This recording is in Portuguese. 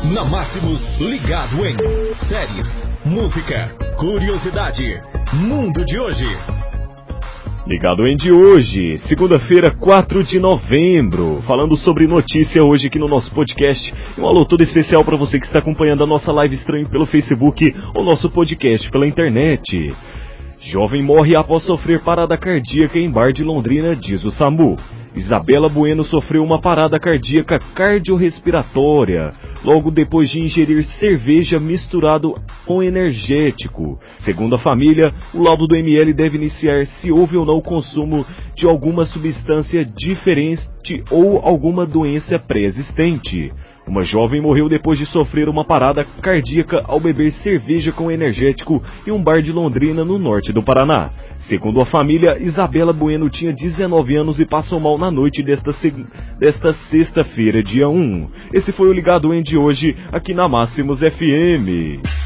Na Máximos, ligado em séries, música, curiosidade, mundo de hoje. Ligado em de hoje, segunda-feira, 4 de novembro, falando sobre notícia hoje aqui no nosso podcast. Um alô todo especial para você que está acompanhando a nossa live stream pelo Facebook ou nosso podcast pela internet. Jovem morre após sofrer parada cardíaca em bar de Londrina, diz o SAMU. Isabela Bueno sofreu uma parada cardíaca cardiorrespiratória logo depois de ingerir cerveja misturado com energético. Segundo a família, o laudo do ML deve iniciar se houve ou não o consumo de alguma substância diferente ou alguma doença pré-existente. Uma jovem morreu depois de sofrer uma parada cardíaca ao beber cerveja com energético em um bar de Londrina, no norte do Paraná. Segundo a família, Isabela Bueno tinha 19 anos e passou mal na noite desta sexta-feira, dia 1. Esse foi o Ligado em de hoje, aqui na Máximos FM.